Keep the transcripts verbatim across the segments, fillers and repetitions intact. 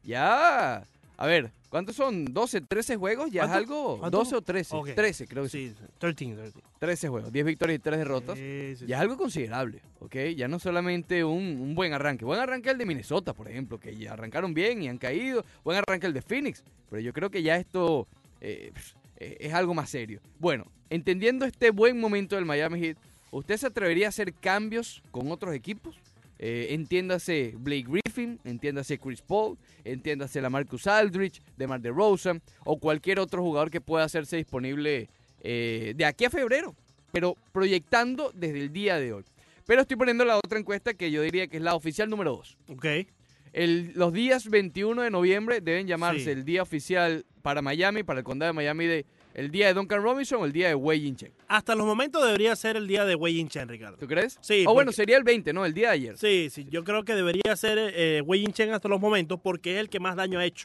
Ya, a ver, ¿cuántos son? ¿doce, trece juegos? ¿Ya es ¿Cuánto? algo? ¿Cuánto? ¿doce o trece? Okay. trece, creo que sí. Sí, trece, trece. trece juegos, diez victorias y tres derrotas. Sí, sí, Ya es sí. algo considerable, ¿ok? Ya no solamente un, un buen arranque. Buen arranque el de Minnesota, por ejemplo, que ya arrancaron bien y han caído. Buen arranque el de Phoenix. Pero yo creo que ya esto eh, es algo más serio. Bueno, entendiendo este buen momento del Miami Heat, ¿usted se atrevería a hacer cambios con otros equipos? Eh, entiéndase Blake Griffin, entiéndase Chris Paul, entiéndase LaMarcus Aldridge, DeMar DeRozan o cualquier otro jugador que pueda hacerse disponible eh, de aquí a febrero, pero proyectando desde el día de hoy. Pero estoy poniendo la otra encuesta que yo diría que es la oficial número dos. Ok. El, los días veintiuno de noviembre deben llamarse Sí. el día oficial para Miami, para el condado de Miami, de el día de Duncan Robinson o el día de Wei Yin-Chen. Hasta los momentos debería ser el día de Wei Yin-Chen, Ricardo. ¿Tú crees? Sí. O porque- bueno, sería el veinte, ¿no? El día de ayer. Sí, sí, yo creo que debería ser eh, Wei Yin-Chen hasta los momentos porque es el que más daño ha hecho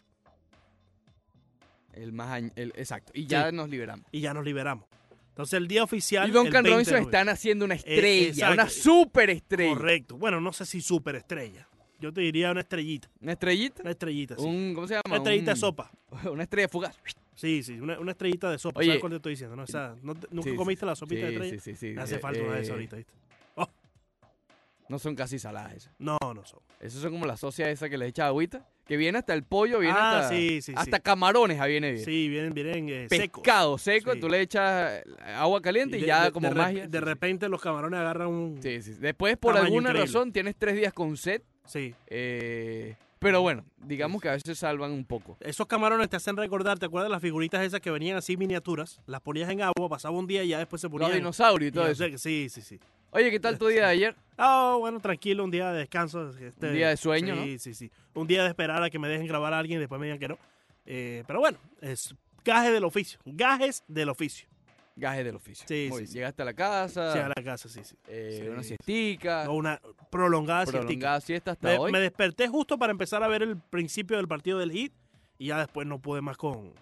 El más añ- el, exacto. Y ya Sí. nos liberamos. y ya nos liberamos. Entonces el día oficial. Y Duncan el veinte de Robinson noviembre. están haciendo una estrella, exacto. una super estrella. Correcto. Bueno, no sé si superestrella. Yo te diría una estrellita. ¿Una estrellita? Una estrellita, sí. Un, ¿Cómo se llama? Una estrellita Un- de sopa. Una estrella fugaz. Sí, sí, una, una estrellita de sopa. Oye. ¿Sabes cuál te estoy diciendo? ¿No? O sea, ¿no te- ¿nunca Sí, comiste sí. la sopita Sí, de estrella? sí, sí, sí. Me hace Eh, falta una de esas eh, ahorita, ¿viste? No son casi saladas esas. No, no son. Esas son como la socia esa que le echa agüita. Que viene hasta el pollo, viene Ah, hasta, sí, sí, hasta sí. camarones, ahí viene bien. Sí, vienen, vienen eh, secos. Pescado seco, Sí. tú le echas agua caliente y, de- ya de- como de, magia. rep- De sí, repente los camarones agarran un... Sí, sí. Después, por Tamaño alguna increíble. razón, tienes tres días con sed. Sí. eh, pero bueno, digamos que a veces salvan un poco. Esos camarones te hacen recordar, ¿te acuerdas las figuritas esas que venían así miniaturas? Las ponías en agua, pasaba un día y ya después se ponían... Los dinosaurios y todo y- eso. Sí, sí, sí. Oye, ¿qué tal tu día de ayer? Ah, bueno, tranquilo, un día de descanso. Este, Un día de sueño, sí, ¿no? Sí, sí, Un día de esperar a que me dejen grabar a alguien y después me digan que no. Eh, pero bueno, es gajes del oficio. Gajes del oficio. Gaje del oficio. Sí, Muy sí, bien. sí. Llegaste a la casa, Llegar a la casa, sí, sí. eh, Sí. una siestica, No, una prolongada siestica. prolongada siesta hasta Me, hoy. me desperté justo para empezar a ver el principio del partido del Heat y ya después no pude más con...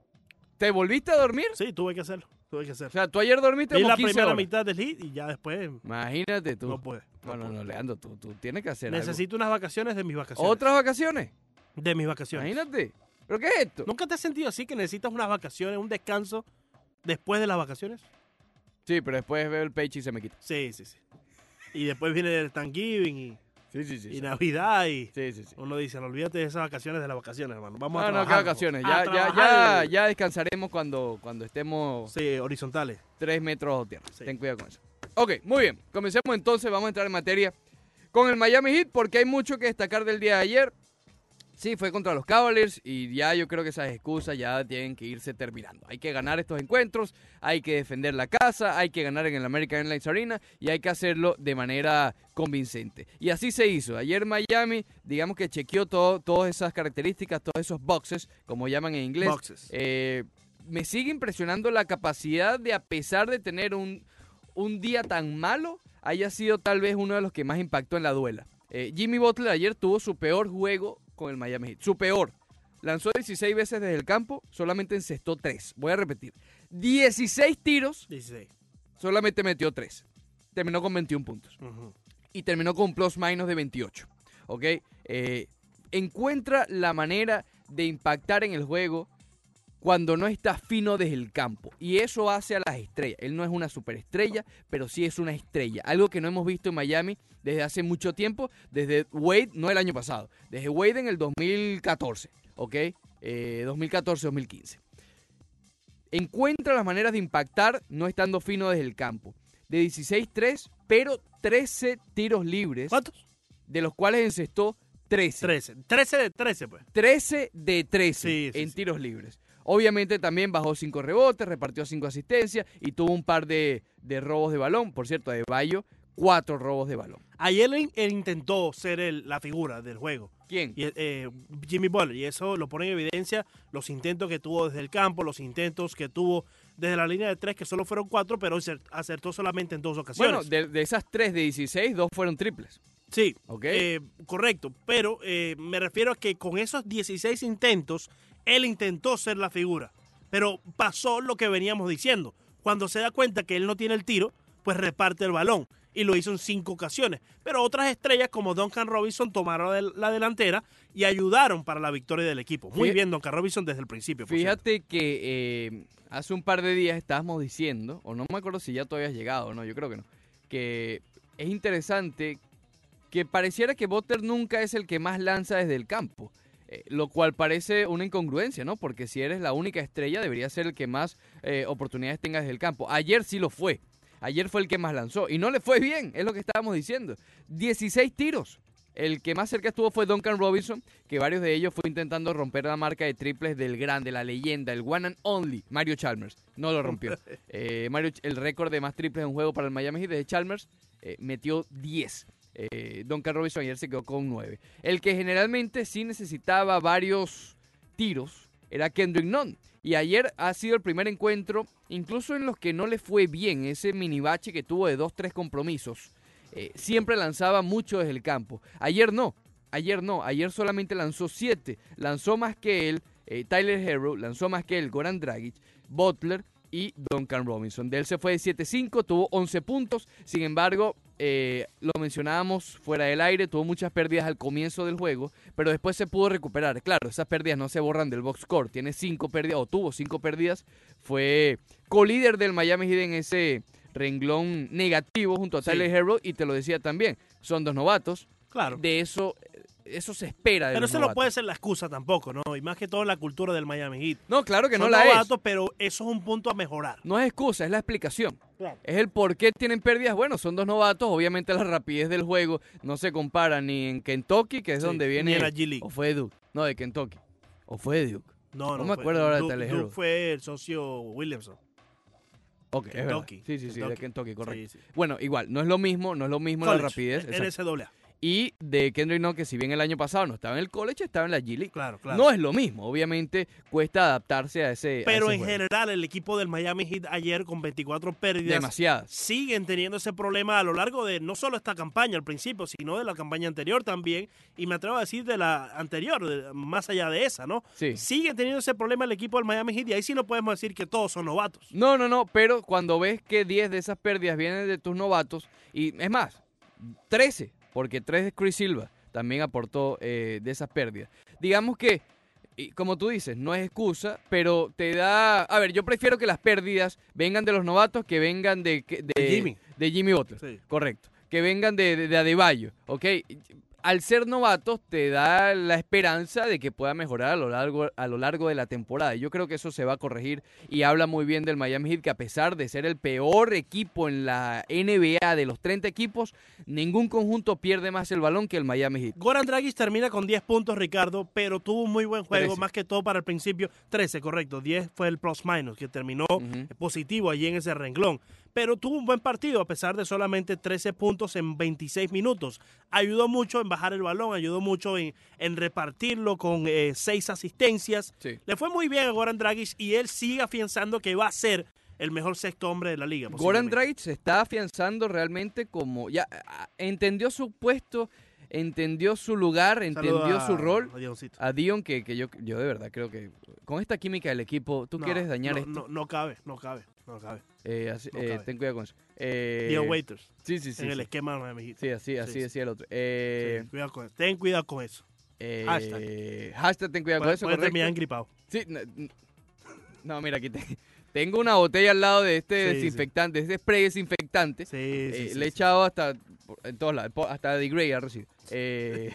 ¿Te volviste a dormir? Sí, tuve que hacerlo. Tuve que O hacerlo. sea, tú ayer dormiste Vi como la quince primera horas. mitad del Heat y ya después Imagínate tú. no pude. No, no, pude. no, Leandro, tú, tú tienes que hacer Necesito unas vacaciones de mis algo. vacaciones. ¿Otras vacaciones? De mis vacaciones. Imagínate. ¿Pero qué es esto? ¿Nunca te has sentido así que necesitas unas vacaciones, un descanso después de las vacaciones? Sí, pero después veo el pecho y se me quita. Sí, sí, sí. Y después viene el Thanksgiving y, Sí, sí, sí. y sí. Navidad y Sí, sí, sí. uno dice, no olvídate de esas vacaciones de las vacaciones, hermano. Vamos a No, no, trabajar. qué vacaciones. a Ya, ya, ya, trabajar. ya descansaremos cuando, cuando estemos Sí, horizontales. tres metros bajo tierra. Sí. Ten cuidado con eso. Ok, muy bien. Comencemos entonces. Vamos a entrar en materia con el Miami Heat porque hay mucho que destacar del día de ayer. Sí, fue contra los Cavaliers y ya yo creo que esas excusas ya tienen que irse terminando. Hay que ganar estos encuentros, hay que defender la casa, hay que ganar en el American Airlines Arena y hay que hacerlo de manera convincente. Y así se hizo. Ayer Miami, digamos que chequeó todo, todas esas características, todos esos boxes, como llaman en inglés. Boxes. Eh, me sigue impresionando la capacidad de, a pesar de tener un, un día tan malo, haya sido tal vez uno de los que más impactó en la duela. Eh, Jimmy Butler ayer tuvo su peor juego con el Miami Heat. Su peor. Lanzó dieciséis veces desde el campo, solamente encestó tres. Voy a repetir. dieciséis tiros, dieciséis. solamente metió tres. Terminó con veintiún puntos. Ujú. Y terminó con un plus minus de veintiocho. ¿Ok? Eh, encuentra la manera de impactar en el juego cuando no está fino desde el campo. Y eso hace a las estrellas. Él no es una superestrella, pero sí es una estrella. Algo que no hemos visto en Miami desde hace mucho tiempo. Desde Wade, no el año pasado. Desde Wade en el dos mil catorce. ¿Ok? Eh, dos mil catorce dos mil quince. Encuentra las maneras de impactar no estando fino desde el campo. De dieciséis tres, pero trece tiros libres. ¿Cuántos? De los cuales encestó trece. trece. trece de trece, pues. trece de trece Sí, sí, en sí. tiros libres. Obviamente también bajó cinco rebotes, repartió cinco asistencias y tuvo un par de, de robos de balón. Por cierto, de Bayo, cuatro robos de balón. Ayer él, él intentó ser el- la figura del juego. ¿Quién? Y, eh, Jimmy Butler, y eso lo pone en evidencia los intentos que tuvo desde el campo, los intentos que tuvo desde la línea de tres, que solo fueron cuatro, pero acertó solamente en dos ocasiones. Bueno, de, de esas tres de dieciséis, dos fueron triples. sí, ¿Ok? eh, correcto, pero eh, me refiero a que con esos dieciséis intentos, él intentó ser la figura, pero pasó lo que veníamos diciendo. Cuando se da cuenta que él no tiene el tiro, pues reparte el balón. y lo hizo en cinco ocasiones. Pero otras estrellas como Duncan Robinson tomaron la delantera y ayudaron para la victoria del equipo. Muy Fí- bien Duncan Robinson desde el principio. por cierto. Fíjate que eh, hace un par de días estábamos diciendo, o no me acuerdo si ya tú habías llegado, no, yo creo que no, que es interesante que pareciera que Butler nunca es el que más lanza desde el campo, eh, lo cual parece una incongruencia, ¿no? Porque si eres la única estrella, debería ser el que más eh, oportunidades tenga desde el campo. Ayer sí lo fue. Ayer fue el que más lanzó y no le fue bien, es lo que estábamos diciendo. dieciséis tiros. El que más cerca estuvo fue Duncan Robinson, que varios de ellos fue intentando romper la marca de triples del grande, la leyenda, el one and only, Mario Chalmers. No lo rompió. Eh, Mario, el récord de más triples en un juego para el Miami Heat de Chalmers, eh, metió diez. Eh, Duncan Robinson ayer se quedó con nueve. El que generalmente sí necesitaba varios tiros era Kendrick Nunn. Y ayer ha sido el primer encuentro, incluso en los que no le fue bien, ese mini bache que tuvo de dos, tres compromisos. Eh, siempre lanzaba mucho desde el campo. Ayer no, ayer no, ayer solamente lanzó siete. Lanzó más que él, eh, Tyler Herro, lanzó más que él, Goran Dragic, Butler y Duncan Robinson. De él se fue de siete cinco, tuvo once puntos. Sin embargo, eh, lo mencionábamos fuera del aire, tuvo muchas pérdidas al comienzo del juego, pero después se pudo recuperar. Claro, esas pérdidas no se borran del box score. Tiene cinco pérdidas, o tuvo cinco pérdidas. Fue colíder del Miami Heat en ese renglón negativo junto a Tyler Sí. Herro, y te lo decía también, son dos novatos. Claro. De eso, eso se espera de Pero los eso no novatos. puede ser la excusa tampoco, ¿no? Y más que todo en la cultura del Miami Heat. No, claro que Son no la es. novatos, pero eso es un punto a mejorar. No es excusa, es la explicación. Claro. Es el por qué tienen pérdidas. Bueno, son dos novatos. Obviamente la rapidez del juego no se compara ni en Kentucky, que es Sí, donde viene. ni en la G League. O fue de Duke. No, de Kentucky. O fue de Duke. No, No no. me fue- acuerdo ahora de Duke- Tyler Duke Herro. fue el socio Williamson. Ok, es verdad. Kentucky. Sí, sí, sí, de Kentucky. Kentucky, correcto. Sí, sí. Bueno, igual, no es lo mismo, no es lo mismo College, la rapidez. N exacto. C A A. Y de Kendrick Nunn, que si bien el año pasado no estaba en el college, estaba en la G League. Claro, claro. No es lo mismo, obviamente cuesta adaptarse a ese. a Pero ese en juego. general, el equipo del Miami Heat ayer con veinticuatro pérdidas Demasiadas. siguen teniendo ese problema a lo largo de no solo esta campaña al principio, sino de la campaña anterior también, y me atrevo a decir de la anterior, de- más allá de esa, ¿no? Sí. Sigue teniendo ese problema el equipo del Miami Heat y ahí sí no podemos decir que todos son novatos. No, no, no, pero cuando ves que diez de esas pérdidas vienen de tus novatos, y es más, trece, porque tres de Chris Silva también aportó eh, de esas pérdidas. Digamos que, y como tú dices, no es excusa, pero te da... A ver, yo prefiero que las pérdidas vengan de los novatos que vengan de... que- de, De Jimmy. de Jimmy Butler, Sí. correcto. Que vengan de, de, de Adebayo, ¿ok? Al ser novatos te da la esperanza de que pueda mejorar a lo largo a lo largo de la temporada. Y yo creo que eso se va a corregir y habla muy bien del Miami Heat, que a pesar de ser el peor equipo en la N B A de los treinta equipos, ningún conjunto pierde más el balón que el Miami Heat. Goran Dragic termina con diez puntos, Ricardo, pero tuvo un muy buen juego, trece. más que todo para el principio. trece, correcto. diez fue el plus minus, que terminó Ujú. positivo allí en ese renglón. Pero tuvo un buen partido, a pesar de solamente trece puntos en veintiséis minutos. Ayudó mucho en bajar el balón, ayudó mucho en, en repartirlo con eh, seis asistencias. Sí. Le fue muy bien a Goran Dragic y él sigue afianzando que va a ser el mejor sexto hombre de la liga. Goran posiblemente. Dragic se está afianzando realmente como... ya ah, entendió su puesto, entendió su lugar, entendió Saludo a- su rol. a Dioncito. A Dion, que, que yo, yo de verdad creo que con esta química del equipo, tú No, quieres dañar no, esto. No, no cabe, no cabe, no cabe. Eh, así- no eh, cabe. ten cuidado con eso. Eh, Dion Waiters, Sí, sí, sí. en el sí. esquema de Miami Heat. Sí, así, así Sí, sí. decía el otro. Eh, Sí, cuidado con eso. Ten cuidado con eso. eh, Hashtag. hashtag ten cuidado con Puede, eso, puede correcto. terminar engripado. Sí, no, n- no, mira, aquí te- tengo una botella al lado de este Sí, sí. desinfectante, de este spray desinfectante. Sí, Eh, sí, sí, le he sí. echado hasta en todos lados, po- hasta de Grey ha recibido. Eh,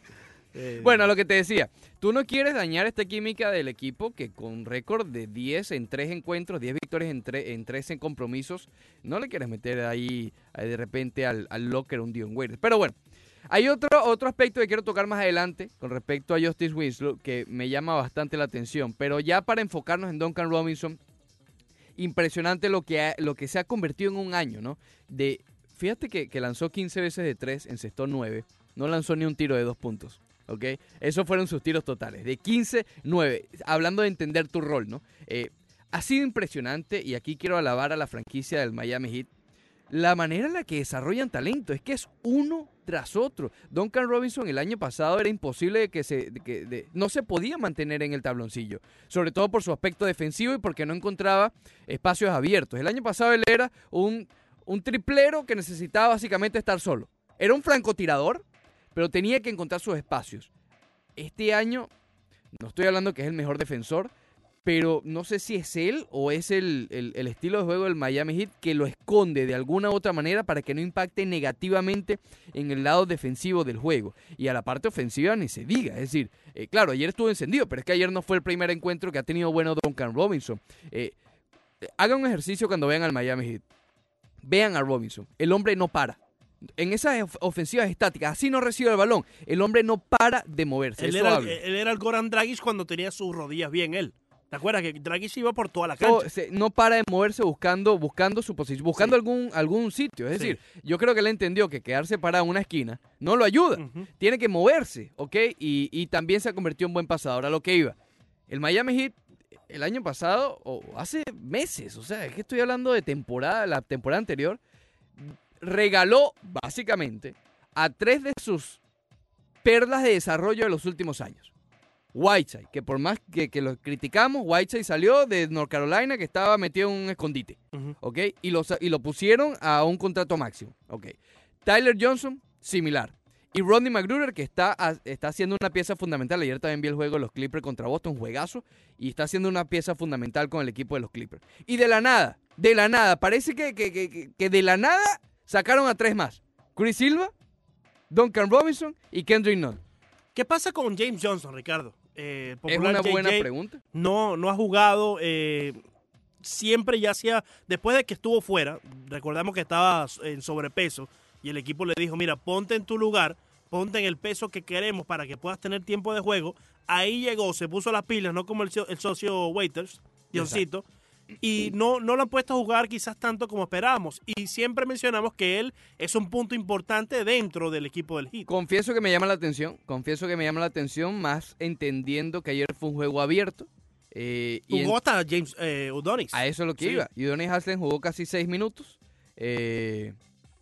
Eh, bueno, lo que te decía, tú no quieres dañar esta química del equipo que con récord de diez en tres encuentros, diez victorias en, tre- en trece compromisos, no le quieres meter ahí, ahí de repente al, al locker un Dion Waiters. Pero bueno, hay otro, otro aspecto que quiero tocar más adelante con respecto a Justice Winslow que me llama bastante la atención, pero ya para enfocarnos en Duncan Robinson, impresionante lo que, ha- lo que se ha convertido en un año, ¿no? De, fíjate que, que lanzó quince veces de tres, encestó nueve, no lanzó ni un tiro de dos puntos. ¿Ok? Esos fueron sus tiros totales. De quince, nueve. Hablando de entender tu rol, ¿no? Eh, ha sido impresionante, y aquí quiero alabar a la franquicia del Miami Heat, la manera en la que desarrollan talento. Es que es uno tras otro. Duncan Robinson el año pasado era imposible de que se... de que, de- no se podía mantener en el tabloncillo. Sobre todo por su aspecto defensivo y porque no encontraba espacios abiertos. El año pasado él era un... un triplero que necesitaba básicamente estar solo. Era un francotirador, pero tenía que encontrar sus espacios. Este año, no estoy hablando que es el mejor defensor, pero no sé si es él o es el, el, el estilo de juego del Miami Heat que lo esconde de alguna u otra manera para que no impacte negativamente en el lado defensivo del juego. Y a la parte ofensiva ni se diga. Es decir, eh, claro, ayer estuvo encendido, pero es que ayer no fue el primer encuentro que ha tenido bueno Duncan Robinson. Eh, hagan un ejercicio cuando vean al Miami Heat. Vean a Robinson. El hombre no para. En esas ofensivas estáticas, así no recibe el balón, el hombre no para de moverse. Él, Eso era, habla. él era el Goran Dragic cuando tenía sus rodillas bien él. ¿Te acuerdas que Dragic iba por toda la Todo, cancha? se, no para de moverse buscando, buscando su posición, buscando Sí. algún, algún sitio. Es Sí. decir, yo creo que él entendió que quedarse parado en una esquina no lo ayuda. Uh-huh. Tiene que moverse, ¿ok? Y, y también se ha convertido en buen pasador. A lo que iba. El Miami Heat, el año pasado, o hace meses, o sea, es que estoy hablando de temporada, la temporada anterior, regaló básicamente a tres de sus perlas de desarrollo de los últimos años. Whiteside, que por más que, que lo criticamos, Whiteside salió de North Carolina que estaba metido en un escondite, Uh-huh. ¿ok? Y lo, y lo pusieron a un contrato máximo, ¿ok? Tyler Johnson, similar. Y Rodney McGruder, que está, está haciendo una pieza fundamental. Ayer también vi el juego de los Clippers contra Boston, juegazo, y está haciendo una pieza fundamental con el equipo de los Clippers. Y de la nada, de la nada, parece que, que, que, que de la nada sacaron a tres más. Chris Silva, Duncan Robinson y Kendrick Nunn. ¿Qué pasa con James Johnson, Ricardo? Eh, Es popular una J J, buena pregunta. No, no ha jugado. Eh, siempre ya hacía. Después de que estuvo fuera, recordamos que estaba en sobrepeso y el equipo le dijo: mira, ponte en tu lugar, ponte en el peso que queremos para que puedas tener tiempo de juego. Ahí llegó, se puso las pilas, no como el, el socio Waiters, Johncito. Y no, no lo han puesto a jugar quizás tanto como esperábamos. Y siempre mencionamos que él es un punto importante dentro del equipo del Heat. Confieso que me llama la atención, confieso que me llama la atención, más entendiendo que ayer fue un juego abierto. Eh, y Jugó en, hasta James eh, Udonis. a eso es lo que Sí. iba. Y Udonis Haslem jugó casi seis minutos. Eh,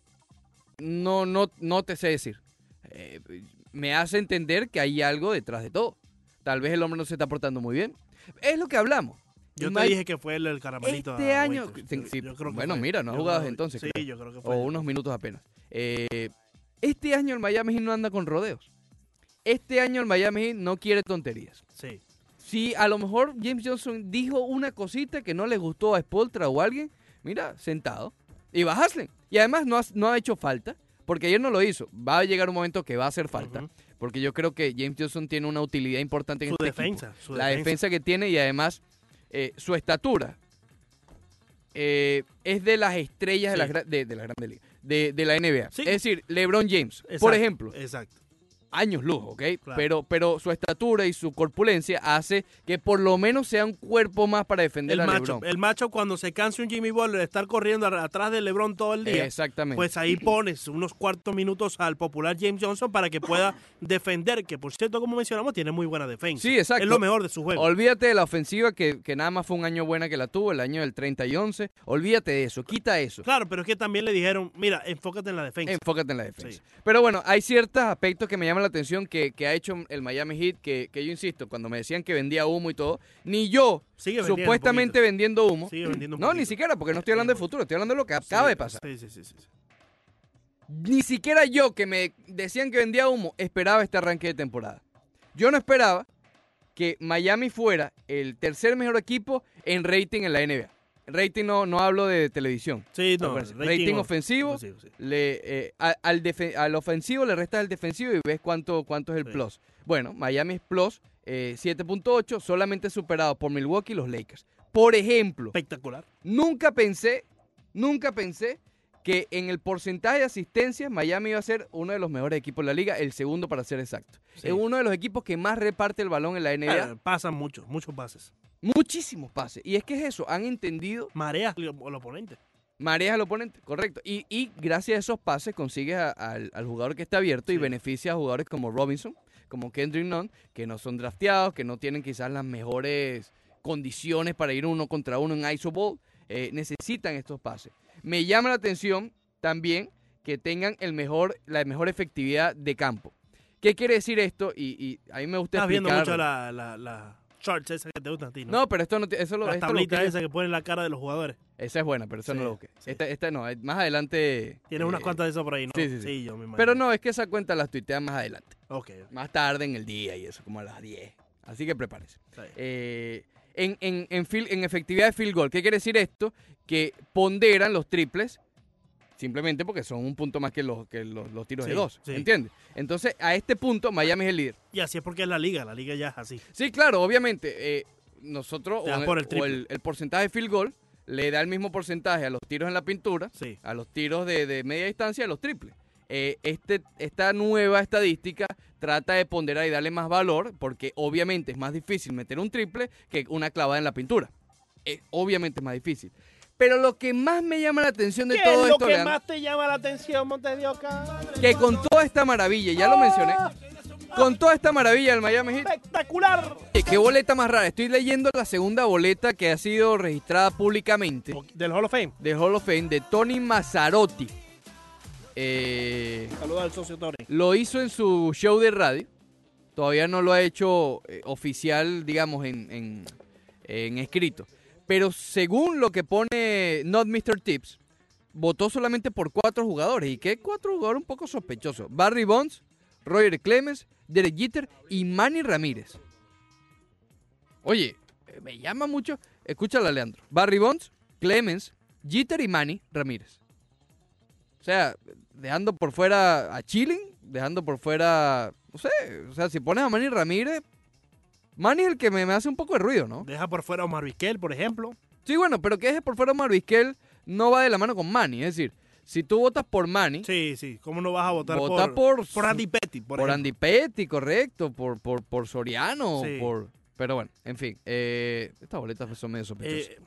no, no, no te sé decir. Eh, me hace entender que hay algo detrás de todo. Tal vez el hombre no se está portando muy bien. Es lo que hablamos. Yo te Mike, dije que fue el, el caramelito. este a año, Waiters. sí, Yo- sí, yo creo que bueno, fue. mira, no ha Yo jugado creo- entonces, Sí, creo. yo creo que fue. o unos minutos apenas. Eh, este año el Miami Heat no anda con rodeos. Este año el Miami Heat no quiere tonterías. Sí. Si a lo mejor James Johnson dijo una cosita que no le gustó a Spoelstra o a alguien, mira, sentado. Y va Haslem. Y además no ha, no ha hecho falta, porque ayer no lo hizo. Va a llegar un momento que va a hacer falta, Ujú. porque yo creo que James Johnson tiene una utilidad importante en Su este defensa. equipo. Su La defensa. defensa que tiene y además eh, su estatura eh, es de las estrellas de, Sí. la, gra- de, de la Grande Liga, de, de la N B A. Sí. Es decir, LeBron James, por Exacto, ejemplo, Exacto. años luz, ¿ok? Claro. Pero, pero su estatura y su corpulencia hace que por lo menos sea un cuerpo más para defender El a macho, LeBron. el macho cuando se cansa un Jimmy Butler de estar corriendo a- atrás de LeBron todo el día, Exactamente. pues ahí pones unos cuartos minutos al popular James Johnson para que pueda defender, que por cierto, como mencionamos, tiene muy buena defensa. Sí, exacto. Es lo mejor de su juego. Olvídate de la ofensiva que, que nada más fue un año buena que la tuvo, el año del treinta y once. Olvídate de eso, quita eso. Claro, pero es que también le dijeron, mira, enfócate en la defensa. Enfócate en la defensa. Sí. Pero bueno, hay ciertos aspectos que me llaman la atención que, que ha hecho el Miami Heat, que, que yo insisto, cuando me decían que vendía humo y todo, ni yo, Sigue vendiendo supuestamente un poquito. vendiendo humo, Sigue vendiendo un no, ni poquito. siquiera, porque no estoy hablando de futuro, estoy hablando de lo que acaba Sí, de pasar. Sí, sí, sí, sí, sí. Ni siquiera yo, que me decían que vendía humo, esperaba este arranque de temporada. Yo no esperaba que Miami fuera el tercer mejor equipo en rating en la N B A. Rating no, no hablo de televisión. Sí, no, Acuérdense, rating rating of- ofensivo, ofensivo, sí. le, eh, a- al, defe- al ofensivo le restas el defensivo y ves cuánto, cuánto es el Sí. plus. Bueno, Miami es plus eh, siete punto ocho, solamente superado por Milwaukee y los Lakers. Por ejemplo, Espectacular. nunca pensé, nunca pensé que en el porcentaje de asistencias Miami iba a ser uno de los mejores equipos de la liga, el segundo para ser exacto. Sí. Es uno de los equipos que más reparte el balón en la N B A. Eh, pasan muchos, muchos pases. Muchísimos pases. Y es que es eso, han entendido, Mareas al al oponente. mareas al oponente, correcto. Y, y gracias a esos pases consigues a- al, al jugador que está abierto y Sí. beneficia a jugadores como Robinson, como Kendrick Nunn, que no son drafteados, que no tienen quizás las mejores condiciones para ir uno contra uno en iso ball. Eh, necesitan estos pases. Me llama la atención también que tengan el mejor, la mejor efectividad de campo. ¿Qué quiere decir esto? Y, y a mí me gusta Estás viendo explicar. mucho la, la, la, shorts esas que te gustan a ti, ¿no? No, pero esto no, eso lo, Las esto lo tablitas busqué yo. esas que ponen la cara de los jugadores. Esa es buena, pero esa Sí, no lo busqué. sí. Esta, esta no, eh, más adelante. Tienes eh, unas cuantas de esas por ahí, ¿no? sí, sí, sí. yo me imagino. Pero no, es que esa cuenta las tuitean más adelante. Ok. Más tarde en el día y eso, como a las diez. Así que prepárese. Está bien. Eh, en, en, en, field- en efectividad de field goal, ¿qué quiere decir esto? Que ponderan los triples simplemente porque son un punto más que los, que los, los tiros Sí, de dos. sí. ¿Entiendes? Entonces, a este punto, Miami es el líder. Y así es porque es la liga, la liga ya es así. Sí, claro, obviamente. eh, nosotros, Te o, das por el o triple. el, el porcentaje de field goal le da el mismo porcentaje a los tiros en la pintura, Sí. a los tiros de, de media distancia y a los triples. Eh, este, esta nueva estadística trata de ponderar y darle más valor porque obviamente es más difícil meter un triple que una clavada en la pintura. Eh, obviamente es más difícil. Pero lo que más me llama la atención de ¿Qué todo es lo esto, que Leandro, más te llama la atención, Montes de Oca? que con toda esta maravilla, ya lo mencioné, con toda esta maravilla del Miami Heat, ¡Espectacular! eh, qué boleta más rara. Estoy leyendo la segunda boleta que ha sido registrada públicamente Del Hall of Fame. de Hall of Fame de Tony Mazzarotti. Eh, Saluda al socio Tony. lo hizo en su show de radio. Todavía no lo ha hecho eh, oficial, digamos, en, en, en escrito. Pero según lo que pone Not mister Tips, votó solamente por cuatro jugadores. ¿Y qué cuatro jugadores un poco sospechosos? Barry Bonds, Roger Clemens, Derek Jeter y Manny Ramírez. Oye, eh, me llama mucho. Escúchala, Leandro. Barry Bonds, Clemens, Jeter y Manny Ramírez. O sea, dejando por fuera a Chilling, dejando por fuera, no sé, o sea, si pones a Manny Ramírez, Manny es el que me, me hace un poco de ruido, ¿no? Deja por fuera a Omar Vizquel, por ejemplo. Sí, bueno, pero que deje por fuera a Omar Vizquel no va de la mano con Manny. Es decir, si tú votas por Manny, Sí, sí. ¿Cómo no vas a votar vota por, por, por Andy Petty, por, por ejemplo? Andy Petty, correcto, por, por, por Soriano, Sí. por... Pero bueno, en fin, eh, estas boletas son medio sospechosas. Eh,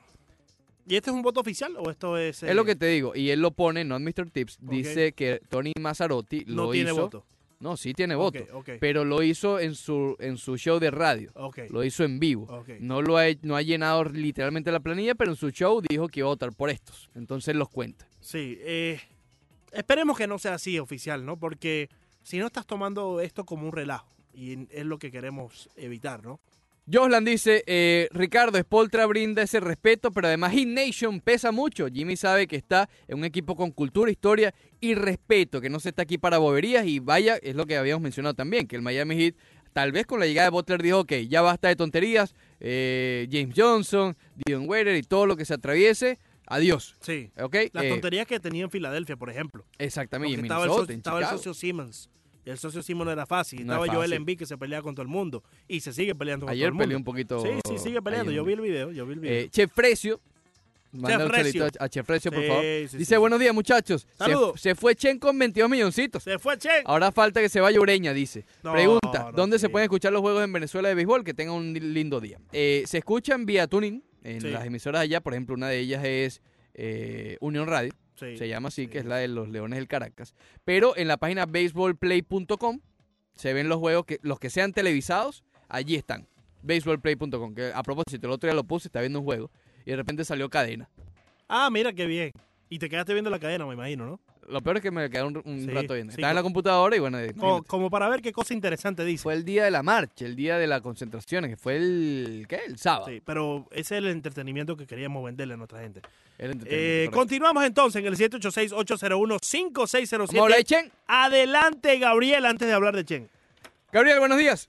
¿Y este es un voto oficial o esto es...? eh, Es lo que te digo, y él lo pone, Not mister Tips, Ok. dice que Tony Mazzarotti no lo tiene hizo... voto? No, sí tiene Ok, voto, ok. pero lo hizo en su en su show de radio, Ok. lo hizo en vivo. Ok. No lo ha, no ha llenado literalmente la planilla, pero en su show dijo que iba a votar por estos. Entonces los cuenta. Sí, eh, esperemos que no sea así oficial, ¿no? Porque si no estás tomando esto como un relajo y es lo que queremos evitar, ¿no? Joslan dice, eh, Ricardo, Spoltra brinda ese respeto, pero además Heat Nation pesa mucho. Jimmy sabe que está en un equipo con cultura, historia y respeto, que no se está aquí para boberías y vaya, es lo que habíamos mencionado también, que el Miami Heat, tal vez con la llegada de Butler dijo, ok, ya basta de tonterías, eh, James Johnson, Dion Waiter y todo lo que se atraviese, adiós. Sí. ¿Ok? Las Eh, tonterías que tenía en Filadelfia, por ejemplo. exactamente, y Porque en estaba, el, Minnesota, so- en estaba el Chicago. socio Simmons. Y el socio Simmons no era fácil. No Estaba es Joel fácil. Embiid que se peleaba con todo el mundo. Y se sigue peleando con Ayer todo el mundo. peleó un poquito. Sí, sí, sigue peleando. ahí Yo en- vi el video, yo vi el video. Eh, Chef Frecio. Manda un Frecio. saludito a Chef Frecio, por Sí, favor. sí, Dice, sí. buenos días, muchachos. Se, Saludos. se fue Chen con veintidós milloncitos. Se fue Chen. Ahora falta que se vaya Ureña, dice. No, Pregunta, no, ¿dónde se sí. pueden escuchar los juegos en Venezuela de béisbol? Que tengan un lindo día. Eh, se escuchan vía tuning en Sí. las emisoras allá. Por ejemplo, una de ellas es eh, Unión Radio. Sí, Se llama así, sí. que es la de los Leones del Caracas. Pero en la página baseball play punto com se ven los juegos, que los que sean televisados, allí están. baseball play punto com, que a propósito, el otro día lo puse, está viendo un juego y de repente salió cadena. Ah, mira qué bien. Y te quedaste viendo la cadena, me imagino, ¿no? Lo peor es que me quedé un, un Sí, rato viendo. sí, Estaba en co- la computadora y bueno, Como, imagínate. como para ver qué cosa interesante dice. Fue el día de la marcha, el día de la concentración, que fue el, ¿qué? El sábado. Sí, pero ese es el entretenimiento que queríamos venderle a nuestra gente. El Eh, entretenimiento, correcto. continuamos entonces en el siete ocho seis, ocho cero uno, cinco seis cero Vamos a hablar de siete. Chen. Adelante, Gabriel, antes de hablar de Chen. Gabriel, buenos días.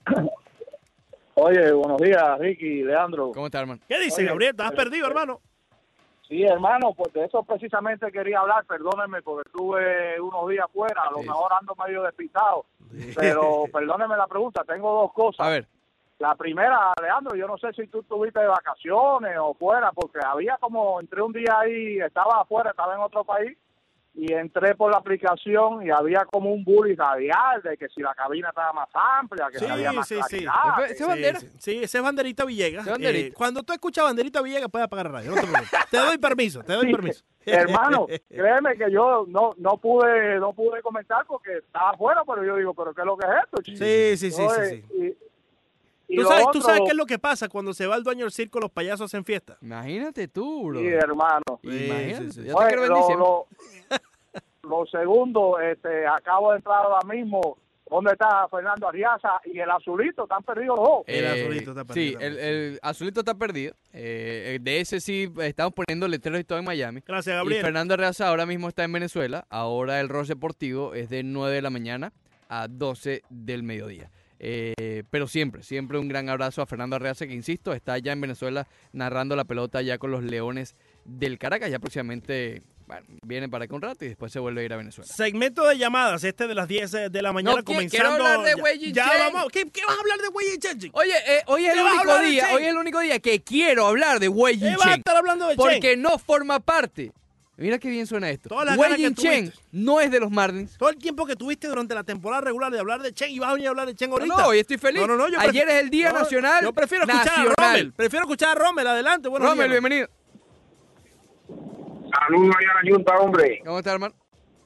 Oye, buenos días, Ricky, Leandro. ¿Cómo estás, hermano? ¿Qué dice, Oye, Gabriel? ¿Estás eh, perdido, eh, hermano? Sí, hermano, pues de eso precisamente quería hablar, perdónenme porque estuve unos días fuera, a lo Sí. mejor ando medio despistado, pero perdónenme la pregunta, tengo dos cosas. A ver, La primera, Leandro, yo no sé si tú estuviste de vacaciones o fuera, porque había como, entré un día ahí, estaba afuera, estaba en otro país, y entré por la aplicación y había como un bully radial de que si la cabina estaba más amplia, que Sí, si había más sí, sí. claridad. Ese es bandera. Sí, sí, ese es Banderita Villegas. Ese es Banderita. Eh, cuando tú escuchas Banderita Villegas, puedes apagar la radio. No te preocupes. Te doy permiso, te doy Sí, permiso. Hermano, créeme que yo no no pude no pude comentar porque estaba afuera, pero yo digo, pero ¿qué es lo que es esto? chico? Sí, sí, sí, Entonces, sí, sí. Y, y ¿Tú lo sabes, tú otro, sabes qué es lo que pasa cuando se va el dueño del circo, los payasos hacen fiesta. imagínate tú, bro. sí, hermano. Sí, Imagínate. sí, sí. Yo te Oye, quiero ver en lo, diciembre. lo, lo segundo, este, acabo de entrar ahora mismo ¿Dónde está Fernando Arriaza y el Azulito? Están perdidos los dos. El Eh, Azulito está perdido Sí, el, también, el Azulito está perdido. Eh, de ese sí estamos poniendo letreros y todo en Miami. Gracias, Y Gabriel. Fernando Arreaza ahora mismo está en Venezuela. Ahora el Ross Deportivo es de nueve de la mañana a doce del mediodía. Eh, pero siempre, siempre un gran abrazo a Fernando Arreaza, que insisto, está allá en Venezuela narrando la pelota ya con los Leones del Caracas. Ya próximamente, bueno, viene para acá un rato y después se vuelve a ir a Venezuela. Segmento de llamadas, este de las diez de la mañana, No, ¿qué? comenzando. Quiero hablar de ya- Wei Jin Ya Chen. vamos. ¿Qué, ¿Qué vas a hablar de Wei Jin Chen, chico? Oye, eh, hoy es ¿Qué el vas a único hablar de día, Chen? hoy es el único día que quiero hablar de Wei ¿Qué Jin vas a Chen. estar hablando de Porque Chen? no forma parte. Mira qué bien suena esto. Todas las Wei ganas que Jin Chen tuviste. no es de los Marlins. Todo el tiempo que tuviste durante la temporada regular de hablar de Chen y vas a venir a hablar de Chen ahorita. No, hoy estoy feliz. No, no, no, yo Ayer prefi- es el Día no, Nacional Yo prefiero escuchar Nacional. a Rommel. Prefiero escuchar a Rommel. Adelante, buenos Rommel, días. bienvenido. Saludos allá a la Junta, hombre. ¿Cómo estás, hermano?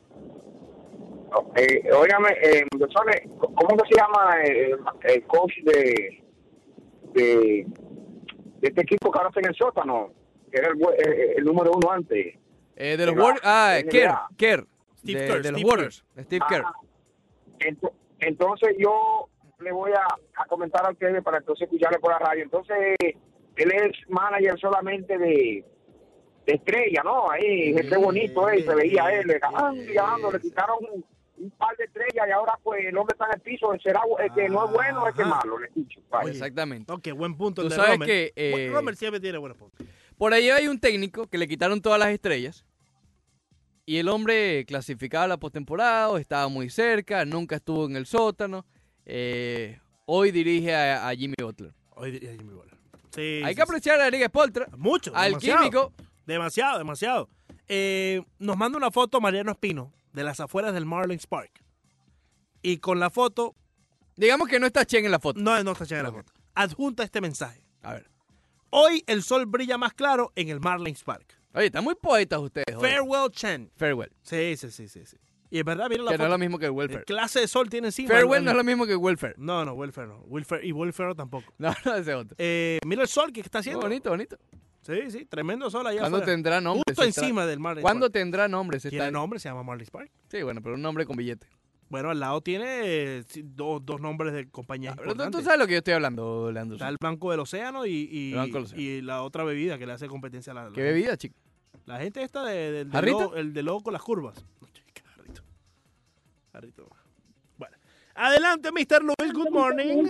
Eh, óigame, eh, muchachones, ¿cómo que se llama el, el coach de, de, de este equipo que ahora está en el sótano? Que era el, bu- el, el número uno antes. Eh, de los Mira, Warriors. Ah, N B A. Kerr. Kerr. Steve de, Kerr, de los Steve Warriors. Steve Kerr. Ah, ento- entonces yo le voy a, a comentar a ustedes para entonces escucharle por la radio. Entonces, él es manager solamente de, de estrella, ¿no? Ahí, gente bonito, eh, se veía él, le ganando, ganando, le quitaron un, un par de estrellas y ahora pues el hombre está en el piso, será el que no es bueno o el que es Ajá. malo, le escucho. Vaya. Exactamente. Ok, buen punto el Tú de sabes Rommel. que, eh, Bueno, Rommel siempre tiene buenos puntos. Por ahí hay un técnico que le quitaron todas las estrellas. Y el hombre clasificaba la postemporada, estaba muy cerca, nunca estuvo en el sótano. Eh, hoy dirige a, a Jimmy Butler. Hoy diría Jimmy Butler. Sí, Hay sí, que apreciar a la Liga Spoltra, sí. Mucho, al demasiado. químico. Demasiado, demasiado. Eh, nos manda una foto Mariano Espino de las afueras del Marlins Park. Y con la foto, Digamos que no está Chen en la foto. no, no está llegando la Ok. foto. Adjunta este mensaje. A ver. Hoy el sol brilla más claro en el Marlins Park. Oye, están muy poetas ustedes. hoy. Farewell Chen. Farewell. Sí, sí, sí, sí, sí. Y es verdad, miren la Que no es foto. lo mismo que ¿Qué welfare. clase de sol tiene encima? Farewell el- no es lo mismo que welfare. No, no, Will Ferrell no. Will Fer- y Will Ferrell tampoco. No, no, ese es otro. Eh, mira el sol que está Muy haciendo. bonito, bonito. Sí, sí, tremendo sol allá ¿Cuándo afuera. tendrá nombre? Justo ese estadio? encima del Marlins ¿Cuándo Park. tendrá nombre ese Tiene estadio? nombre, se llama Marlins Park. Sí, bueno, pero un nombre con billete. Bueno, al lado tiene eh, sí, dos, dos nombres de compañías Pero tú, tú importantes. sabes lo que yo estoy hablando, Leandro. Está el Banco del Océano y, y, El Banco del Océano. y la otra bebida que le hace competencia a la, la ¿Qué bebida, chico? La gente esta de, del- del ¿Jarrito? logo- el de logo con las curvas. No, chica, jarrito. Jarrito. Bueno. Adelante, mister Luis. Good morning.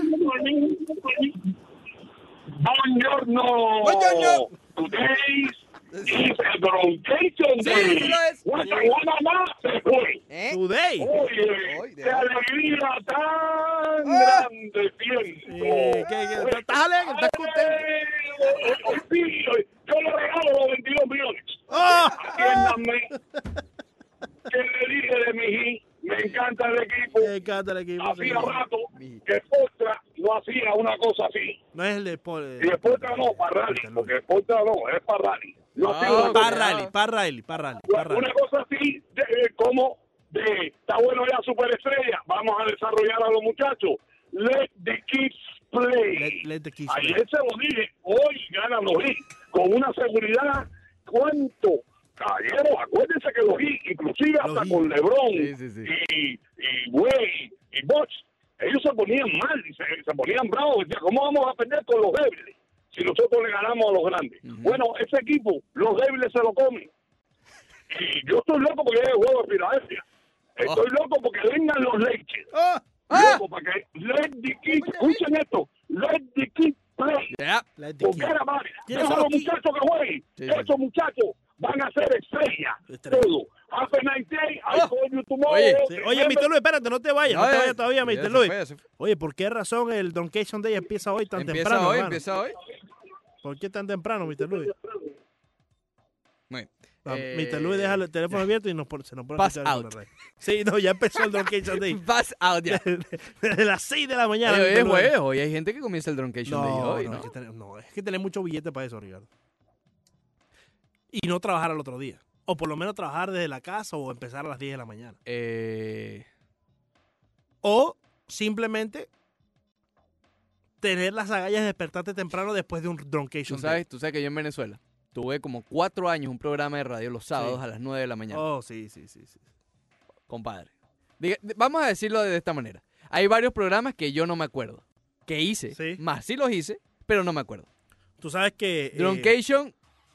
Buongiorno. Buongiorno. Today is a broncation Sí, day. sí lo es. Guatemala se fue. ¿Eh? Today. Oye, Hoy, de qué hoy. alegría tan Ah. grande siento. Eh, ¿qué- qué- ¿Estás alegre? ¿Estás contento? Eh, sí, yo le regalo los veintidós millones. ¡Ah! Atiéndanme. ¿Qué le dije de mi hija? Me encanta el equipo. Me encanta el equipo. Hacía señor. rato que Postra no hacía una cosa así. No es el de Paul. Y de Postra no, para rally. Porque Postra no, es para rally. No Ah, hacía una cosa Para Cuidado. rally, para rally, para rally, para rally. una cosa así de, eh, como de está bueno ya superestrella, vamos a desarrollar a los muchachos. Let the kids play. Let, let the kids play. Ayer se lo dije, hoy ganan los Heat con una seguridad. ¿Cuánto? Caballero, acuérdense que los Heat, inclusive Los hasta Heat. con LeBron Sí, sí, sí. y y Wade y Bosch, ellos se ponían mal, y se, se ponían bravos. Decían, ¿cómo vamos a perder con los débiles si nosotros le ganamos a los grandes? Ujú. Bueno, ese equipo, los débiles se lo comen. Y yo estoy loco porque llegue el juego de Filadelfia. Estoy loco porque vengan los leches. ¡Ah! ¡Ah! Loco, para que let the kids, escuchen esto, let the kids play. Ya. Let the Porque kids. era madre. ¿Quiénes Deja son a los los Kings? muchachos que jueguen. Sí, sí. Esos muchachos van a ser estrellas. Estrellas. Todo. Hace nice day, I Oh. call you tomorrow. Oye. Sí, Oye, mister Luis, espérate, no te vayas, no, No, te ya- vayas todavía, ya mister se Luis. fue, ya se fue. Oye, ¿por qué razón el Doncation Day empieza hoy tan Empieza temprano, hoy, hermano? empieza hoy. ¿Por qué tan temprano, mister Luis? Muy bien. Ah, Eh, mister Luis deja el teléfono abierto y nos pone, se nos pone Pass a escuchar out. por la radio. Sí, no, ya empezó el Doncation Day. Pass out ya. Desde las seis de la mañana. Oye, hoy mister es Luis. jueves, hoy hay gente que comienza el Druncation Day No, hoy, no, ¿no? Es que tener, no, es que tener mucho billete para eso, Ricardo. Y no trabajar al otro día. O por lo menos trabajar desde la casa o empezar a las diez de la mañana. Eh, O simplemente tener las agallas de despertarte temprano después de un tú Druncation Day. sabes, tú sabes que yo en Venezuela tuve como cuatro años un programa de radio los sábados Sí. a las nueve de la mañana. Oh, sí, sí, sí, sí. Compadre. Diga- de- vamos a decirlo de esta manera. hay varios programas que yo no me acuerdo. Que hice. Sí. Más sí los hice, pero no me acuerdo. Tú sabes que... eh, Druncation,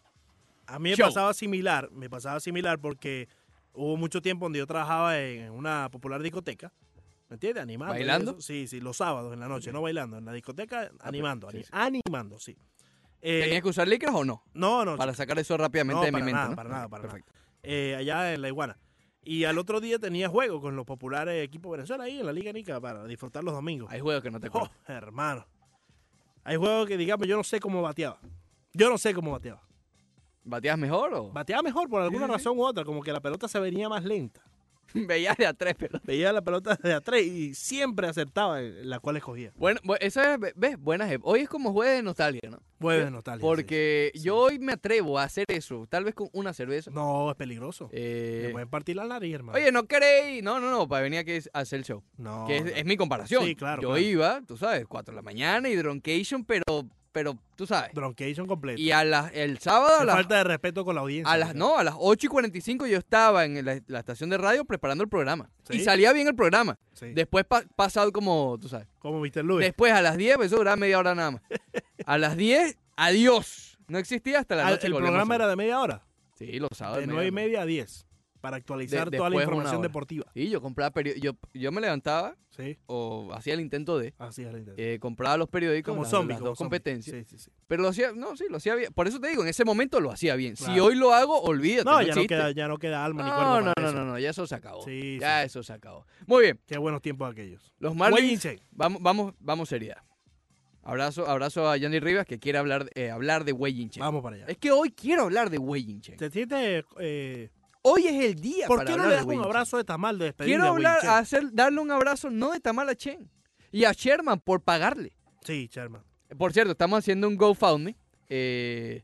a mí me show. pasaba similar, me pasaba similar porque hubo mucho tiempo donde yo trabajaba en una popular discoteca, ¿me entiendes? Animando. y ¿Bailando? eso. Sí, sí, los sábados en la noche, no bailando, en la discoteca animando, sí, ani- sí. animando, sí. Eh, ¿tenías que usar licras o no? no, no, Para sacar eso rápidamente No, de mi para mente, nada, ¿no? para nada, para nada. Perfecto. eh, allá en La Iguana. Y al otro día tenía juego con los populares equipos de Venezuela ahí en la Liga Nica para disfrutar los domingos. Hay juegos que no te Oh, acuerdas. hermano. Hay juegos que, digamos, yo no sé cómo bateaba. Yo no sé cómo bateaba. ¿Bateas mejor o...? Bateaba mejor por alguna Sí, sí, sí. razón u otra, como que la pelota se venía más lenta. Veías de a tres, pero... Veía la pelota de atrás y siempre acertaba en la cual escogía. Bueno, bu- esa es, ves, buenas ep- hoy es como jueves de nostalgia, ¿no? Jueves de nostalgia. Porque sí. yo hoy me atrevo a hacer eso, tal vez con una cerveza. No, es peligroso. Eh, Me pueden partir la nariz, hermano. oye, no queréis, no, no, no, para venir aquí a hacer el show. no, que es, no. es mi comparación. Sí, claro, Yo claro. iba, tú sabes, cuatro de la mañana y Druncation, pero, pero tú sabes. Druncation completo. Y a las el sábado a Qué las, falta de respeto con la audiencia. a las ¿verdad? no, a las ocho y cuarenta y cinco yo estaba en la, la estación de radio preparando el programa. ¿Sí? Y salía bien el programa. Sí. Después pa- pasado como, tú sabes. Como mister Luis. Después a las diez, pues eso duraba media hora nada más. A las diez, adiós. No existía hasta la Ah, noche. el que volvemos programa a era de media hora. hacer. Sí, los sábados. De nueve y media a diez. Para actualizar De- toda la después una información hora. deportiva. Sí, yo compraba periódicos. Yo, yo me levantaba Sí, o hacía el intento de. así es la idea. eh, compraba los periódicos, como las, zombie. las como dos zombie. competencias. Sí, sí, sí. Pero lo hacía, no, sí, lo hacía bien. Por eso te digo, en ese momento lo hacía bien. Si Claro. hoy lo hago, olvídate. No, No, ya, no existe. queda, ya no queda alma ni cuerpo No, no, para no, eso. no, no, ya eso se acabó. Sí, ya sí. eso se acabó. Muy bien, Qué buenos tiempos aquellos. los Wei Marlins, Yin-Chen. vamos, vamos, vamos seriedad. Abrazo, abrazo a Yandy Rivas que quiere hablar, eh, hablar de Wei Yin-Chen. Vamos para allá. Es que hoy quiero hablar de Wei Yin-Chen. ¿Te sientes, eh, Hoy es el día ¿Por para qué no hablar le de das Wei un Yin-Chen. abrazo de tamal de despedida? Quiero a hablar, Wei-Chen? hacer, darle un abrazo no de Tamal a Chen y a Sherman por pagarle. Sí, Sherman. Por cierto, estamos haciendo un GoFundMe eh,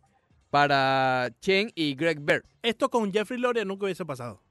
para Chen y Greg Bird. Esto con Jeffrey Loria nunca hubiese pasado.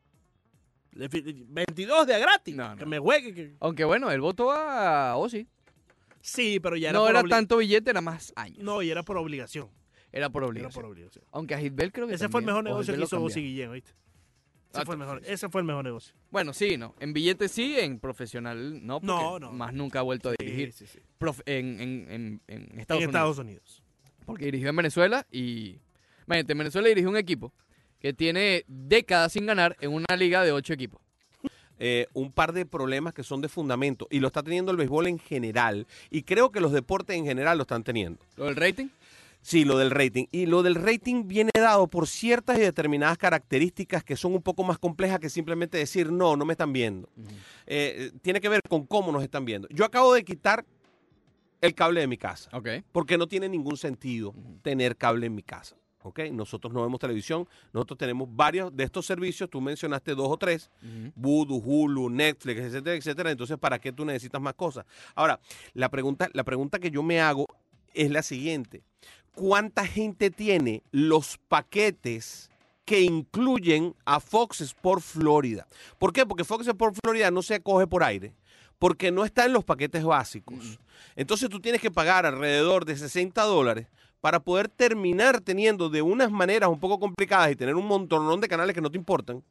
veintidós de a gratis. No, no. Que me juegue. que- Aunque bueno, el voto va a Ozzy. Sí, pero ya era No por era obli- tanto billete, era más años. No, y era por obligación. Era por Era obligación. por obligación. Aunque a Hitbell creo que Ese fue el mejor también, o negocio Hitbell que lo hizo cambiaron. Bossi Guillén, ¿oíste? Ese Ah, fue el mejor, sí. ese fue el mejor negocio. Bueno, sí, no. En billete sí, en profesional no. Porque No, no. Más nunca ha vuelto a dirigir Sí, sí, sí. prof- en, en, en, en En Estados Unidos. Estados Unidos. Porque dirigió en Venezuela y... Imagínate, en Venezuela dirigió un equipo que tiene décadas sin ganar en una liga de ocho equipos. eh, un par de problemas que son de fundamento y lo está teniendo el béisbol en general y creo que los deportes en general lo están teniendo. ¿Lo del rating? Sí, lo del rating. Y lo del rating viene dado por ciertas y determinadas características que son un poco más complejas que simplemente decir, no, no me están viendo. Eh, tiene que ver con cómo nos están viendo. Yo acabo de quitar el cable de mi casa, Ok. porque no tiene ningún sentido Ujú. tener cable en mi casa. ¿Ok? Nosotros no vemos televisión, nosotros tenemos varios de estos servicios, tú mencionaste dos o tres, Ujú. Vudu, Hulu, Netflix, etcétera, etcétera. Entonces, ¿para qué tú necesitas más cosas? Ahora, la pregunta, la pregunta que yo me hago es la siguiente. ¿Cuánta gente tiene los paquetes que incluyen a Fox Sports Florida? ¿Por qué? Porque Fox Sports Florida no se acoge por aire, porque no está en los paquetes básicos. Entonces tú tienes que pagar alrededor de sesenta dólares para poder terminar teniendo de unas maneras un poco complicadas y tener un montonón de canales que no te importan,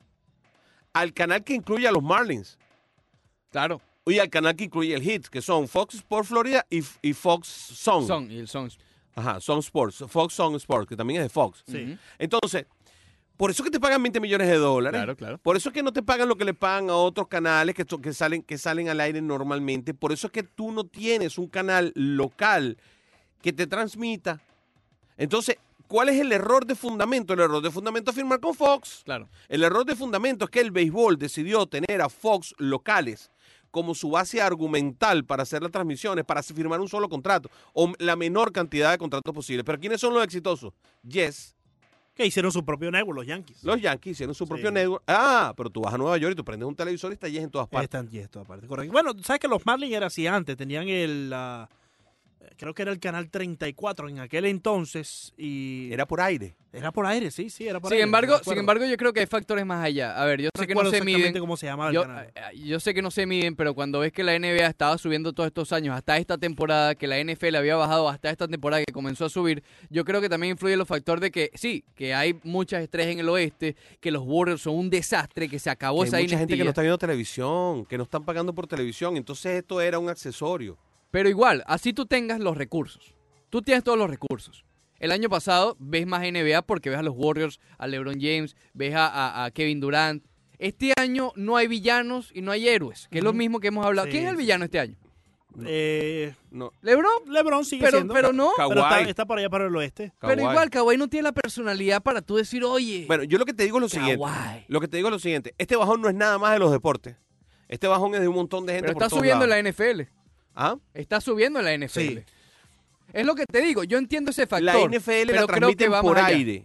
al canal que incluye a los Marlins Claro. y al canal que incluye el Hits, que son Fox Sports Florida y, y Fox Song. Son, y el Sons. Ajá, Song Sports, Fox Song Sports, que también es de Fox. Sí. Ujú. Entonces, por eso que te pagan veinte millones de dólares. Claro, claro. Por eso es que no te pagan lo que le pagan a otros canales que, que, salen, que salen al aire normalmente. Por eso es que tú no tienes un canal local que te transmita. Entonces, ¿cuál es el error de fundamento? El error de fundamento es firmar con Fox. Claro. El error de fundamento es que el béisbol decidió tener a Fox locales como su base argumental para hacer las transmisiones, para firmar un solo contrato o la menor cantidad de contratos posible. Pero ¿quiénes son los exitosos? Yes. Que hicieron su propio network, los Yankees. Los Yankees hicieron su Sí. propio network. Ah, pero tú vas a Nueva York y tú prendes un televisor y está Yes en todas partes. Están yes, toda parte. Correcto. Bueno, sabes que los Marlins era así antes. Tenían el, la- creo que era el canal treinta y cuatro en aquel entonces y Era por aire. era por aire, sí, sí, era por Sin aire. embargo, no sin recuerdo. embargo, yo creo que hay factores más allá. A ver, yo sé que no recuerdo se exactamente miden. cómo se llamaba Yo, el canal. eh, yo sé que no se miden, pero cuando ves que la N B A estaba subiendo todos estos años hasta esta temporada, que la N F L había bajado hasta esta temporada que comenzó a subir, yo creo que también influye el factor de que sí, que hay muchas estrellas en el oeste, que los Warriors son un desastre, que se acabó Que esa hay mucha gente que no dinastía. está viendo televisión, que no están pagando por televisión. Entonces esto era un accesorio. Pero igual, así tú tengas los recursos. Tú tienes todos los recursos. El año pasado ves más N B A porque ves a los Warriors, a LeBron James, ves a, a- a Kevin Durant. Este año no hay villanos y no hay héroes, que es lo Ujú. mismo que hemos hablado. Sí, ¿Quién es el sí. villano este año? Eh, No. ¿LeBron? LeBron sigue Pero, siendo. pero no. pero está, Kawhi. está por allá para el oeste. Pero Kawhi. igual, Kawhi no tiene la personalidad para tú decir, oye, Bueno, yo lo que te digo es lo siguiente. Kawhi. Lo que te digo es lo siguiente. Este bajón no es nada más de los deportes. Este bajón es de un montón de gente Pero por está todos subiendo en lados. la N F L. ¿Ah? Está subiendo en la N F L. Sí. Es lo que te digo, yo entiendo ese factor. La N F L pero la creo que transmiten va por más allá. aire.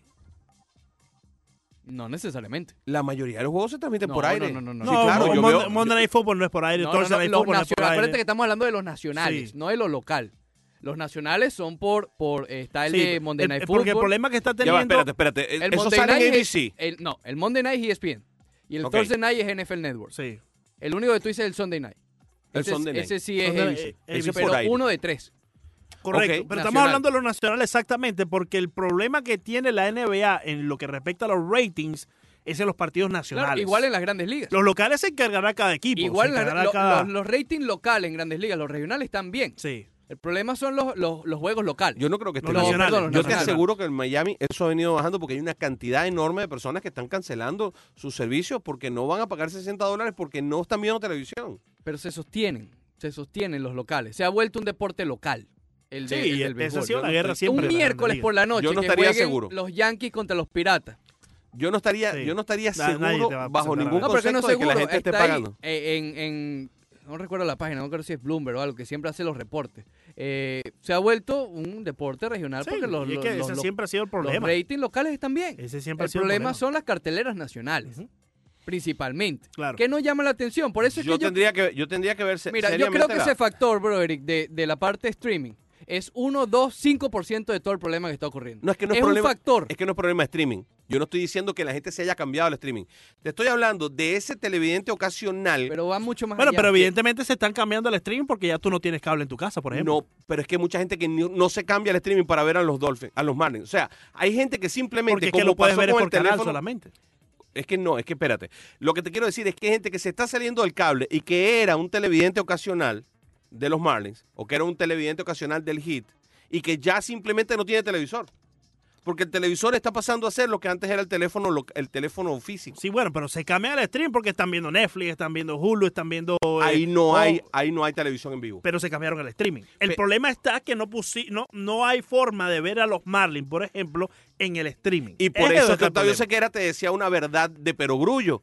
No necesariamente. La mayoría de los juegos se transmiten No, por no, aire. no, no, no. No, Sí, claro, Mon- yo Mon- veo- Monday Night Football no es por aire, No, no, Thursday no, Night los Football no es por nacionales. Acuérdate que aire. estamos hablando de los nacionales, Sí. no de lo local. Los nacionales son por, por eh, está el Sí, de Monday el- Night el- Football. Porque el problema que está Ya teniendo... va, espérate, espérate. el Eso Monday sale en Night A B es- C. el- no, el Monday Night es E S P N. Y el Ok. Thursday Night es N F L Network. Sí. El único que tú dices es el Sunday Night. El ese, es- Sunday Night. ese sí es Sunday- A B C. eh, Ese es Pero por aire. uno de tres. Correcto, Ok, pero estamos nacional. hablando de los nacionales exactamente porque el problema que tiene la N B A en lo que respecta a los ratings es en los partidos nacionales. Claro, igual en las grandes ligas. Los locales se encargará cada equipo. Igual se en la- encargará lo- cada... los, los ratings locales en grandes ligas, los regionales también. Sí. El problema son los, los, los juegos locales. Yo no creo que esté Los bien. nacionales, perdón, los Yo te nacionales. aseguro que en Miami eso ha venido bajando porque hay una cantidad enorme de personas que están cancelando sus servicios porque no van a pagar sesenta dólares porque no están viendo televisión. Pero se sostienen, se sostienen los locales. Se ha vuelto un deporte local. El de, Sí, el del esa béisbol. ha sido Yo la no guerra estoy- siempre. Un de la miércoles Liga. por la noche Yo no que estaría jueguen seguro. los Yankees contra los Piratas. Yo no estaría, Sí. yo no estaría Na- nadie seguro te va a bajo presentar ningún a- No, pero que no concepto de que seguro. la gente esté está ahí, pagando. eh, en, en- no recuerdo la página, no creo si es Bloomberg o algo, que siempre hace los reportes. Eh, se ha vuelto un deporte regional Sí, porque los, y es los- que los- ese los- siempre ha sido el los problema. ratings locales están bien. Ese siempre ha El sido problema el problema. son las carteleras nacionales, Ujú. principalmente. Claro. ¿Qué nos llama la atención? Por eso es Yo que yo tendría que yo tendría que ver se- Mira, yo seriamente creo que la- ese factor, bro, Eric, de, de la parte de streaming es uno, dos, cinco por ciento de todo el problema que está ocurriendo. No, es que no es, es problema, un factor. Es que no es problema de streaming. Yo no estoy diciendo que la gente se haya cambiado al streaming. Te estoy hablando de ese televidente ocasional. Pero va mucho más Bueno, allá. pero evidentemente se están cambiando el stream porque ya tú no tienes cable en tu casa, por ejemplo. No, pero es que hay mucha gente que ni- no se cambia al streaming para ver a los Dolphins, a los Marlins. O sea, hay gente que simplemente porque es como que lo puedes pasó ver con por el canal teléfono, solamente. es que no, es que espérate. Lo que te quiero decir es que hay gente que se está saliendo del cable y que era un televidente ocasional de los Marlins o que era un televidente ocasional del Heat y que ya simplemente no tiene televisor. Porque el televisor está pasando a ser lo que antes era el teléfono, lo- el teléfono físico. Sí, bueno, pero se cambia el stream porque están viendo Netflix, están viendo Hulu, están viendo... eh, Ahí no oh, hay, ahí no hay televisión en vivo. Pero se cambiaron el streaming. El Pe- problema está que no, pusi no no hay forma de ver a los Marlins, por ejemplo, en el streaming. Y por Ese eso es que el Octavio problema. Sequera te decía una verdad de perogrullo.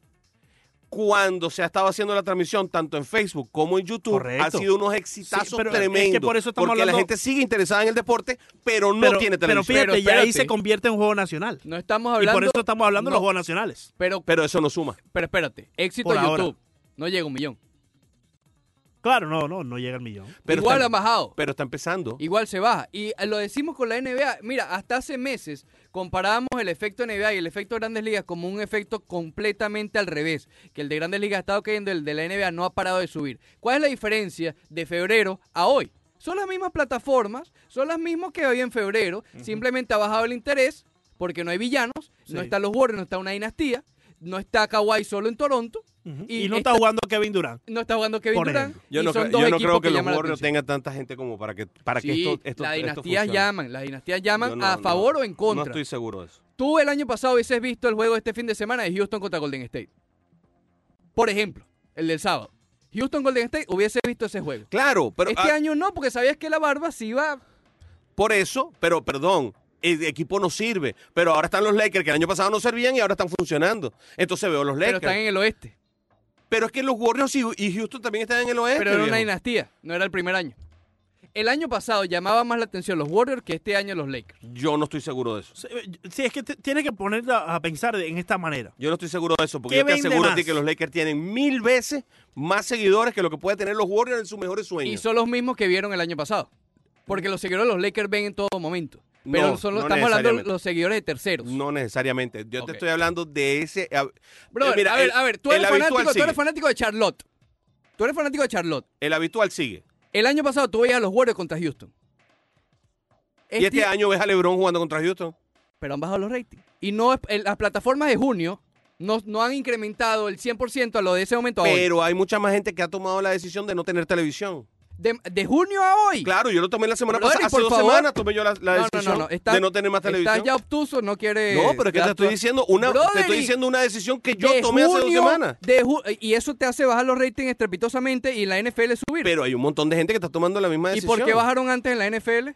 Cuando se ha estado haciendo la transmisión, tanto en Facebook como en YouTube, Correcto. ha sido unos exitazos Sí, pero es que tremendos. por eso estamos porque hablando- la gente sigue interesada en el deporte, pero no pero, tiene pero televisión. fíjate, Pero ya ahí espérate. se convierte en un juego nacional. No estamos Y hablando... por eso estamos hablando de no, los juegos nacionales. Pero, Pero eso no suma. pero espérate, éxito Por de ahora. YouTube no llega a un millón. Claro, no, no, no llega al millón. Pero Igual está, ha bajado. pero está empezando. Igual se baja. Y eh, lo decimos con la N B A. Mira, hasta hace meses comparábamos el efecto N B A y el efecto de Grandes Ligas como un efecto completamente al revés. Que el de Grandes Ligas ha estado cayendo, el de la N B A no ha parado de subir. ¿Cuál es la diferencia de febrero a hoy? Son las mismas plataformas, son las mismas que había en febrero. Simplemente ha bajado el interés porque no hay villanos, Sí. no están los Warriors, no está una dinastía, no está Kawhi solo en Toronto. Ujú. Y Y, no esta- está jugando Kevin Durant. No está jugando Kevin Por Durant. ejemplo. Yo y no, son creo- dos yo no equipos creo que, los llaman la Warriors atención. tengan tanta gente como para que, para que Sí, esto, esto las esto dinastías funcione. llaman, las dinastías llaman Yo no- a no- favor o en contra. No estoy seguro de eso. Tú el año pasado hubieses visto el juego este fin de semana de Houston contra Golden State. Por ejemplo, el del sábado. Houston Golden State hubiese visto ese juego. Claro, pero este ah, año no, porque sabías que la barba se iba... por eso, pero perdón, el equipo no sirve. Pero ahora están los Lakers, que el año pasado no servían y ahora están funcionando. Entonces veo los Pero Lakers. están en el oeste. Pero es que los Warriors y, y Houston también están en el oeste. Pero era una viejo. dinastía, no era el primer año. El año pasado llamaba más la atención los Warriors que este año los Lakers. Yo no estoy seguro de eso. Sí, sí, es que te- tienes que ponerte a, a pensar en esta manera. Yo no estoy seguro de eso, porque ¿Qué yo te vende aseguro a más? ti que los Lakers tienen mil veces más seguidores que lo que puede tener los Warriors en sus mejores Y sueños. son los mismos que vieron el año pasado. Porque los seguidores de los Lakers ven en todo momento. Pero No, son no los- estamos hablando de necesariamente. los seguidores de terceros. No necesariamente. Yo Ok. te estoy hablando de ese... a- Brother, mira, a ver, el- a ver, tú el eres, habitual fanático, tú sigue. eres fanático de Charlotte. Tú eres fanático de Charlotte. El habitual sigue. El año pasado tú veías a los Warriors contra Houston. Y este año ves a LeBron jugando contra Houston. Pero han bajado los ratings. Y no es- el- las plataformas de junio no, no han incrementado el cien por ciento a lo de ese momento a hoy. Pero hay mucha más gente que ha tomado la decisión de no tener televisión. De, de junio a hoy. Claro, yo lo tomé la semana Brother, pasada. y Hace por dos favor. semanas tomé yo la, la No, no, decisión no, no, estás- de no tener más televisión. Estás ya obtuso, no quieres... No, pero es que te estoy diciendo una, Brother, te estoy y- diciendo una decisión que yo de tomé hace dos junio, semanas. de ju- y eso te hace bajar los ratings estrepitosamente y la N F L subir. Pero hay un montón de gente que está tomando la misma ¿Y decisión. por qué bajaron antes en la N F L?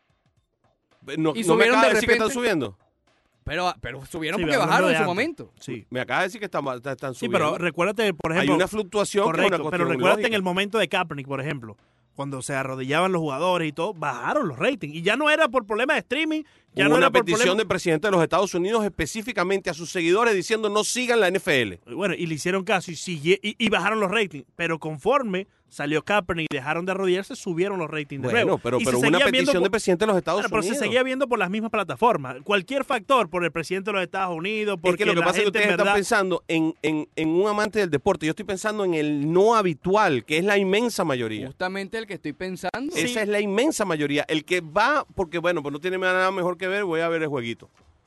No, y no me subieron acaba de de decir que están repente? subiendo. Pero, pero subieron Sí, porque hablando bajaron de en su antes. momento. Sí. Me acaba de decir que están, están Sí, subiendo. pero recuérdate, por ejemplo... hay una fluctuación que es Correcto, una pero cuestión recuérdate en lógica. el momento de Kaepernick, por ejemplo, cuando se arrodillaban los jugadores y todo, bajaron los ratings. Y ya no era por problemas de streaming, ya Hubo no una era por petición problemas... del presidente de los Estados Unidos específicamente a sus seguidores diciendo no sigan la N F L. Bueno, y le hicieron caso y, sigue- y, y bajaron los ratings. Pero conforme salió Kaepernick y dejaron de arrodillarse, subieron los ratings de Bueno, nuevo. pero, Y pero se hubo una seguía viendo petición por- del presidente de los Estados Bueno, pero Unidos. se seguía viendo por las mismas plataformas. Cualquier factor, por el presidente de los Estados Unidos, porque Es que lo que la pasa es que gente ustedes en verdad... están pensando en, en, en un amante del deporte. Yo estoy pensando en el no habitual, que es la inmensa mayoría. Justamente el que estoy pensando. Esa es la inmensa mayoría. El que va, porque bueno, pues no tiene nada mejor que ver, voy a ver el jueguito.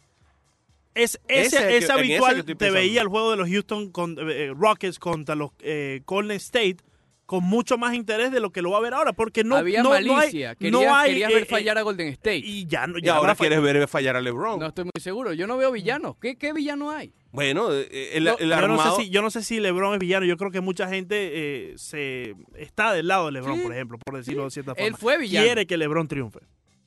Es, Ese ese, es el que- ese en ese habitual que estoy te pensando. veía el juego de los Houston con, eh, Rockets contra los eh, Golden State con mucho más interés de lo que lo va a ver ahora, porque no, Había no, no hay, malicia. querías, no hay, querías eh, ver eh, fallar a Golden State. y ya no Y ya ahora va a fa- quieres ver fallar a LeBron. No estoy muy seguro. Yo no veo villanos. ¿Qué, qué villano hay? Bueno, eh, el, No, el yo, no armado... sé si, yo no sé si LeBron es villano. Yo creo que mucha gente eh, se está del lado de LeBron, Sí, por ejemplo, por decirlo de cierta forma. Él fue villano. Quiere que LeBron triunfe.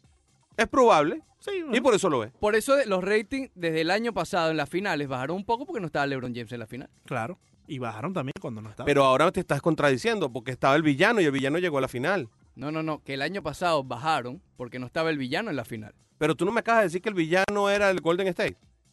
Es probable. Sí, Y por eso lo es. Por eso de- los ratings desde el año pasado en las finales bajaron un poco porque no estaba LeBron James en la final. claro. Y bajaron también cuando no estaba. Pero ahora te estás contradiciendo porque estaba el villano y el villano llegó a la final. No, no, no. Que el año pasado bajaron porque no estaba el villano en la final. Pero tú no me acabas de decir que el villano era el Golden State.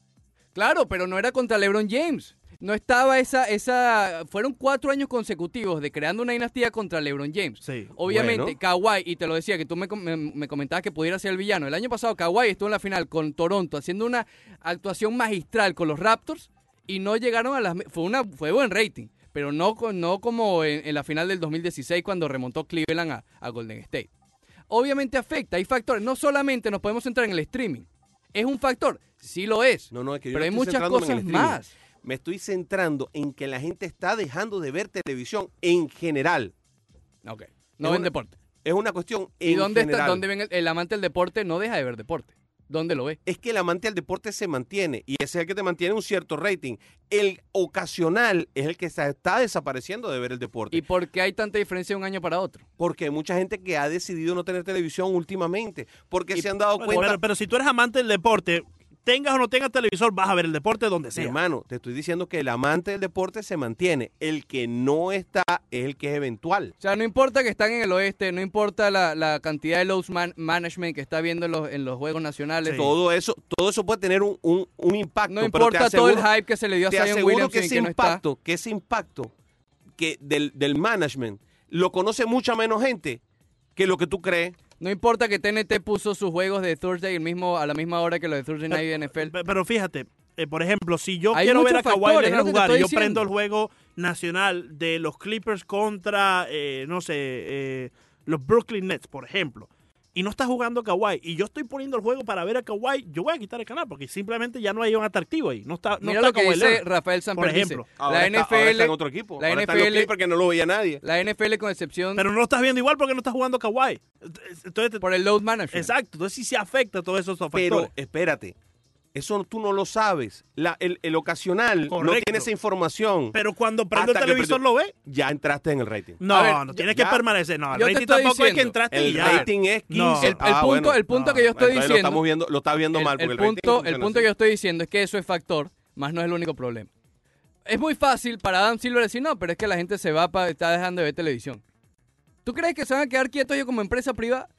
Claro, pero no era contra LeBron James. No estaba esa, esa, fueron cuatro años consecutivos de creando una dinastía contra LeBron James. Sí. Obviamente, Bueno. Kawhi, y te lo decía, que tú me, com- me, me comentabas que pudiera ser el villano. El año pasado Kawhi estuvo en la final con Toronto haciendo una actuación magistral con los Raptors y no llegaron a las... Fue una fue buen rating, pero no, con- no como en, en la final del dos mil dieciséis cuando remontó Cleveland a, a Golden State. Obviamente afecta, hay factores. No solamente nos podemos centrar en el streaming. ¿Es un factor? Sí lo es. No, no, es que yo pero no hay estoy muchas centrándome en el cosas streaming. más. Me estoy centrando en que la gente está dejando de ver televisión en general. Ok. Es No ven una- deporte. Es una cuestión en ¿Y dónde general. está? ¿Dónde ven el, el amante del deporte? No deja de ver deporte. ¿Dónde lo ve? Es que el amante del deporte se mantiene y ese es el que te mantiene un cierto rating. El ocasional es el que se está desapareciendo de ver el deporte. ¿Y por qué hay tanta diferencia de un año para otro? Porque hay mucha gente que ha decidido no tener televisión últimamente. Porque Y- se han dado Bueno, cuenta. pero, pero si tú eres amante del deporte, tengas o no tengas televisor, vas a ver el deporte donde sea. Hermano, te estoy diciendo que el amante del deporte se mantiene. El que no está es el que es eventual. O sea, no importa que están en el oeste, no importa la, la cantidad de load man- management que está viendo en los, en los juegos nacionales. Sí. Todo eso, todo eso puede tener un, un- un impacto. No pero te importa todo el aseguro- hype que se le dio a Te Zion aseguro Williamson que y ese que no está. impacto, que ese impacto que del, del management lo conoce mucha menos gente que lo que tú crees. No importa que T N T puso sus juegos de Thursday el mismo, a la misma hora que los de Thursday Night N F L. Pe- Pero fíjate, eh, por ejemplo, si yo Hay quiero ver a muchos Kawhi factores, Leonard es lo que te jugar y estoy yo diciendo. prendo el juego nacional de los Clippers contra, eh, no sé, eh, los Brooklyn Nets, por ejemplo, y no está jugando Kawhi, y yo estoy poniendo el juego para ver a Kawhi, yo voy a quitar el canal porque simplemente ya no hay un atractivo ahí. No está, no Mira está lo que Kawhi dice Leonard. Rafael Samper. Por ejemplo. dice, Ahora la está- ahora N F L, está en otro equipo. la Ahora está N F L en los Clippers que no lo veía nadie. la N F L con excepción Pero no lo estás viendo igual porque no está jugando Kawhi. Entonces, te- por el load management. exacto, entonces sí se afecta todos esos factores. Pero espérate, eso tú no lo sabes. La, el, el ocasional no Correcto. tiene esa información. Pero cuando prendo el Hasta que televisor prendió- lo ve. Ya entraste en el rating. No, A ver, no ya- tienes ya- que permanecer. No, el yo te rating estoy tampoco es que diciendo, entraste y El ya. rating es quince. No. El, el Ah, punto, bueno. el punto No, que yo estoy Entonces lo diciendo, estamos viendo, lo estás viendo el, mal. Porque el el, rating punto, el funciona punto así. que yo estoy diciendo es que eso es factor, más no es el único problema. Es muy fácil para Adam Silver decir, no, pero es que la gente se va, para está dejando de ver televisión. ¿Tú crees que se van a quedar quietos ellos como empresa privada?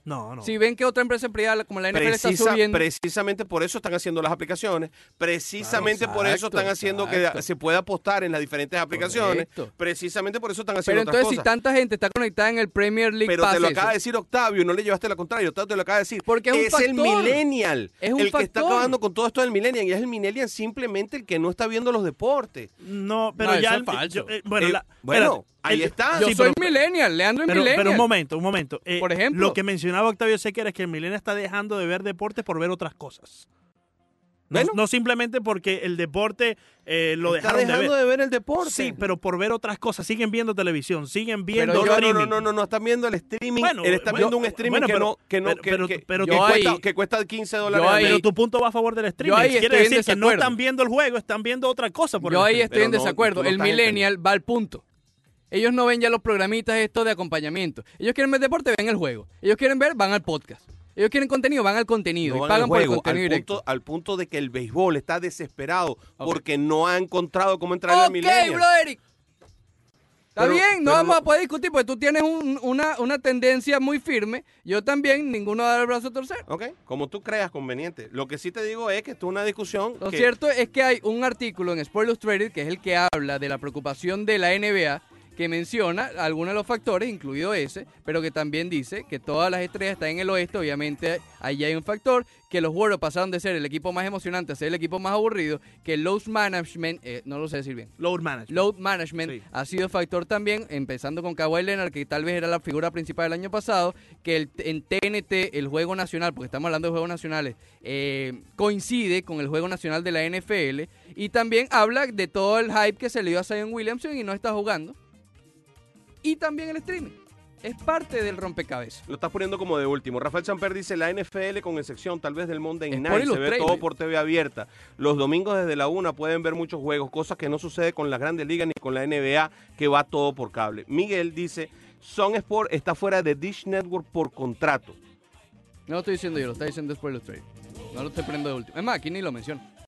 No, no. Si ven que otra empresa privada como la N F L está Precisa- subiendo... precisamente por eso están haciendo las aplicaciones, precisamente Claro, por eso exacto, están haciendo exacto. que se pueda apostar en las diferentes aplicaciones, Correcto. precisamente por eso están Pero haciendo otras entonces, si cosas. tanta gente está conectada en el Premier League Pero te lo Pass, acaba eso- de decir Octavio, no le llevaste la contraria, Octavio te lo acaba de decir. Porque es un el factor. millennial, Es un el que está factor. acabando con todo esto del millennial, y es el millennial simplemente el que no está viendo los deportes. No, pero No, ya... eso el- es falso. yo- eh, bueno, Eh, la- bueno, espérate, ahí el- está. Yo sí, soy pero- millennial, Leandro es Pero, millennial. pero un momento, un momento. Eh, Por ejemplo. Lo que mencionaba Octavio Sequera es que el millennial está dejando de ver deportes por ver otras cosas. No, Bueno. no simplemente porque el deporte eh, lo está dejaron de dejando ver. de ver el deporte. Sí, pero por ver otras cosas. Siguen viendo televisión, siguen viendo No, no, no, streaming. no, no, no, están viendo el streaming. Bueno, él está bueno, viendo un streaming bueno, que, pero- no, que no, pero- que, pero- que- pero que yo cuesta, ahí- que cuesta quince dólares. yo al ahí- mes. Pero tu punto va a favor del streaming. ahí Quiere estoy en decir que no desacuerdo. están viendo el juego, están viendo otra cosa. Por Yo el ahí streaming. estoy en Pero no, desacuerdo. tú no El estás millennial va al punto. Ellos no ven ya los programitas estos de acompañamiento. Ellos quieren ver deporte, ven el juego. Ellos quieren ver, van al podcast. Ellos quieren contenido, van al contenido. No y van pagan al por el juego, contenido al directo. punto, al punto de que el béisbol está desesperado Ok. porque no ha encontrado cómo entrar al Ok, millennial. bro, Eric. Está Pero- bien, no pero vamos no- a poder discutir porque tú tienes un- una, una tendencia muy firme. Yo también, ninguno da el brazo a torcer. Ok, como tú creas conveniente. Lo que sí te digo es que esto es una discusión Lo que cierto es que hay un artículo en Sports Illustrated que es el que habla de la preocupación de la N B A, que menciona algunos de los factores, incluido ese, pero que también dice que todas las estrellas están en el oeste. Obviamente ahí hay un factor, que los Warriors pasaron de ser el equipo más emocionante a ser el equipo más aburrido, que el load management, eh, no lo sé decir bien, Load management. load management Sí. ha sido factor también, empezando con Kawhi Leonard, que tal vez era la figura principal del año pasado, que el, en T N T, el juego nacional, porque estamos hablando de juegos nacionales, eh, coincide con el juego nacional de la N F L, y también habla de todo el hype que se le dio a Zion Williamson y no está jugando. Y también el streaming. Es parte del rompecabezas. lo estás poniendo como de último. Rafael Samper dice, la N F L con excepción tal vez del Monday Es Night, por se ve Illustrated. todo por T V abierta. Los domingos desde la una pueden ver muchos juegos, cosas que no sucede con las grandes ligas ni con la N B A, que va todo por cable. Miguel dice, Son Sport está fuera de Dish Network por contrato. No lo estoy diciendo yo, lo está diciendo Sports Illustrated. No lo estoy poniendo de último. Es más, aquí ni lo menciono.